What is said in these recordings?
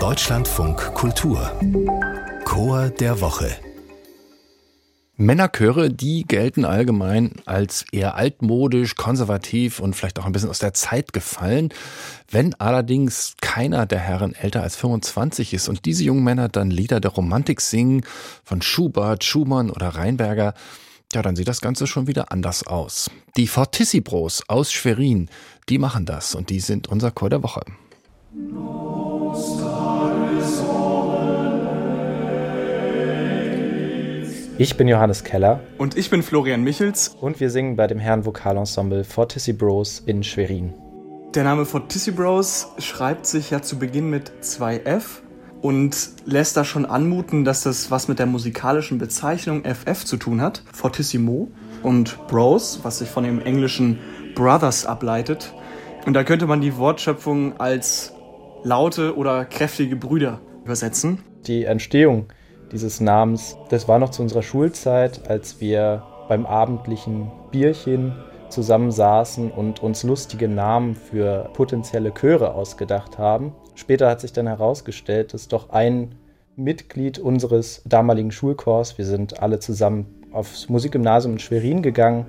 Deutschlandfunk Kultur Chor der Woche. Männerchöre, die gelten allgemein als eher altmodisch, konservativ und vielleicht auch ein bisschen aus der Zeit gefallen. Wenn allerdings keiner der Herren älter als 25 ist und diese jungen Männer dann Lieder der Romantik singen, von Schubert, Schumann oder Rheinberger, ja, dann sieht das Ganze schon wieder anders aus. Die Fortissi Bros aus Schwerin, die machen das und die sind unser Chor der Woche. Ich bin Johannes Keller. Und ich bin Florian Michels. Und wir singen bei dem Herren-Vokalensemble Fortissi Bros in Schwerin. Der Name Fortissi Bros schreibt sich ja zu Beginn mit 2F und lässt da schon anmuten, dass das was mit der musikalischen Bezeichnung FF zu tun hat. Fortissimo und Bros, was sich von dem englischen Brothers ableitet. Und da könnte man die Wortschöpfung als laute oder kräftige Brüder übersetzen. Die Entstehung dieses Namens, das war noch zu unserer Schulzeit, als wir beim abendlichen Bierchen zusammensaßen und uns lustige Namen für potenzielle Chöre ausgedacht haben. Später hat sich dann herausgestellt, dass doch ein Mitglied unseres damaligen Schulchors, wir sind alle zusammen aufs Musikgymnasium in Schwerin gegangen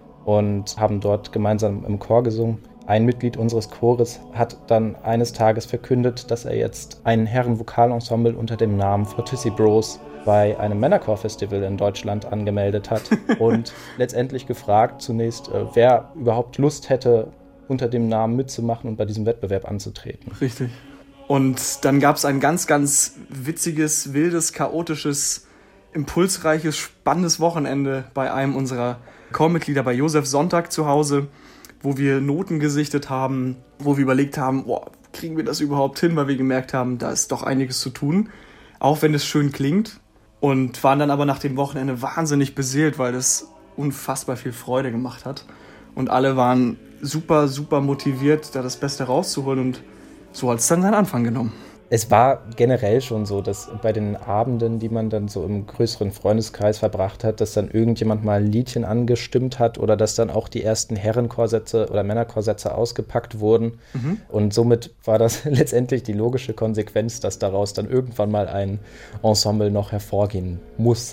und haben dort gemeinsam im Chor gesungen. Ein Mitglied unseres Chores hat dann eines Tages verkündet, dass er jetzt ein Herren-Vokalensemble unter dem Namen Fortissi Bros bei einem Männerchor-Festival in Deutschland angemeldet hat und letztendlich gefragt zunächst, wer überhaupt Lust hätte, unter dem Namen mitzumachen und bei diesem Wettbewerb anzutreten. Richtig. Und dann gab es ein ganz, ganz witziges, wildes, chaotisches, impulsreiches, spannendes Wochenende bei einem unserer Chormitglieder bei Josef Sonntag zu Hause, wo wir Noten gesichtet haben, wo wir überlegt haben, kriegen wir das überhaupt hin, weil wir gemerkt haben, da ist doch einiges zu tun, auch wenn es schön klingt. Und waren dann aber nach dem Wochenende wahnsinnig beseelt, weil das unfassbar viel Freude gemacht hat. Und alle waren super, super motiviert, da das Beste rauszuholen. Und so hat es dann seinen Anfang genommen. Es war generell schon so, dass bei den Abenden, die man dann so im größeren Freundeskreis verbracht hat, dass dann irgendjemand mal ein Liedchen angestimmt hat oder dass dann auch die ersten Herrenchorsätze oder Männerchorsätze ausgepackt wurden. Und somit war das letztendlich die logische Konsequenz, dass daraus dann irgendwann mal ein Ensemble noch hervorgehen muss.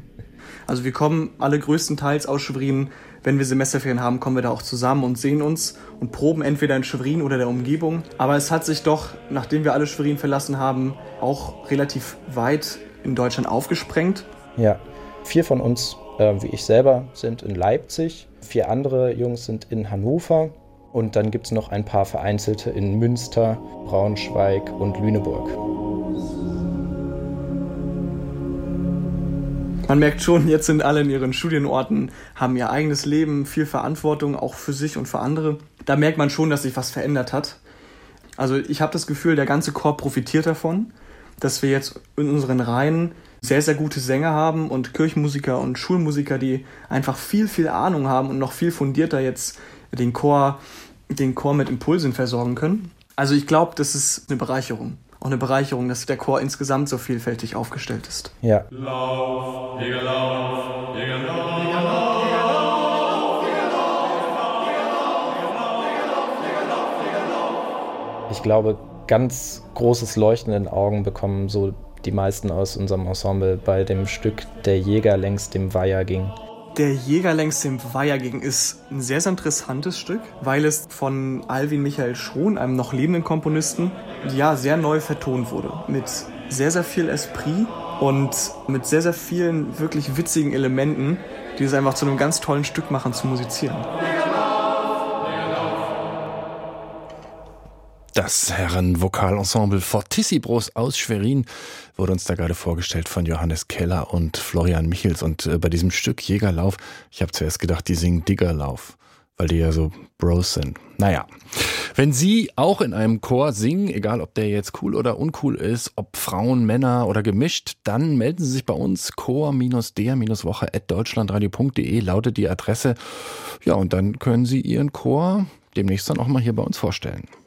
Also wir kommen alle größtenteils aus Schwerin. Wenn wir Semesterferien haben, kommen wir da auch zusammen und sehen uns und proben entweder in Schwerin oder der Umgebung. Aber es hat sich doch, nachdem wir alle Schwerin verlassen haben, auch relativ weit in Deutschland aufgesprengt. Ja, 4 von uns, wie ich selber, sind in Leipzig. 4 andere Jungs sind in Hannover. Und dann gibt es noch ein paar Vereinzelte in Münster, Braunschweig und Lüneburg. Man merkt schon, jetzt sind alle in ihren Studienorten, haben ihr eigenes Leben, viel Verantwortung, auch für sich und für andere. Da merkt man schon, dass sich was verändert hat. Also ich habe das Gefühl, der ganze Chor profitiert davon, dass wir jetzt in unseren Reihen sehr, sehr gute Sänger haben und Kirchenmusiker und Schulmusiker, die einfach viel, viel Ahnung haben und noch viel fundierter jetzt den Chor mit Impulsen versorgen können. Also ich glaube, das ist eine Bereicherung. Auch eine Bereicherung, dass der Chor insgesamt so vielfältig aufgestellt ist. Ja. Lauf, Jäger, lauf, Jäger, lauf. Ich glaube, ganz großes Leuchten in den Augen bekommen so die meisten aus unserem Ensemble bei dem Stück Der Jäger längs dem Weiher ging. Der Jäger längs dem Weiher ging ist ein sehr, sehr interessantes Stück, weil es von Alwin Michael Schrohn, einem noch lebenden Komponisten, sehr neu vertont wurde. Mit sehr, sehr viel Esprit und mit sehr, sehr vielen wirklich witzigen Elementen, die es einfach zu einem ganz tollen Stück machen, zu musizieren. Das Herren-Vokalensemble Fortissi Bros aus Schwerin wurde uns da gerade vorgestellt von Johannes Keller und Florian Michels. Und bei diesem Stück Jägerlauf, ich habe zuerst gedacht, die singen Diggerlauf, weil die ja so Bros sind. Naja, wenn Sie auch in einem Chor singen, egal ob der jetzt cool oder uncool ist, ob Frauen, Männer oder gemischt, dann melden Sie sich bei uns. chor-der-woche@deutschlandradio.de lautet die Adresse. Ja, und dann können Sie Ihren Chor demnächst dann auch mal hier bei uns vorstellen.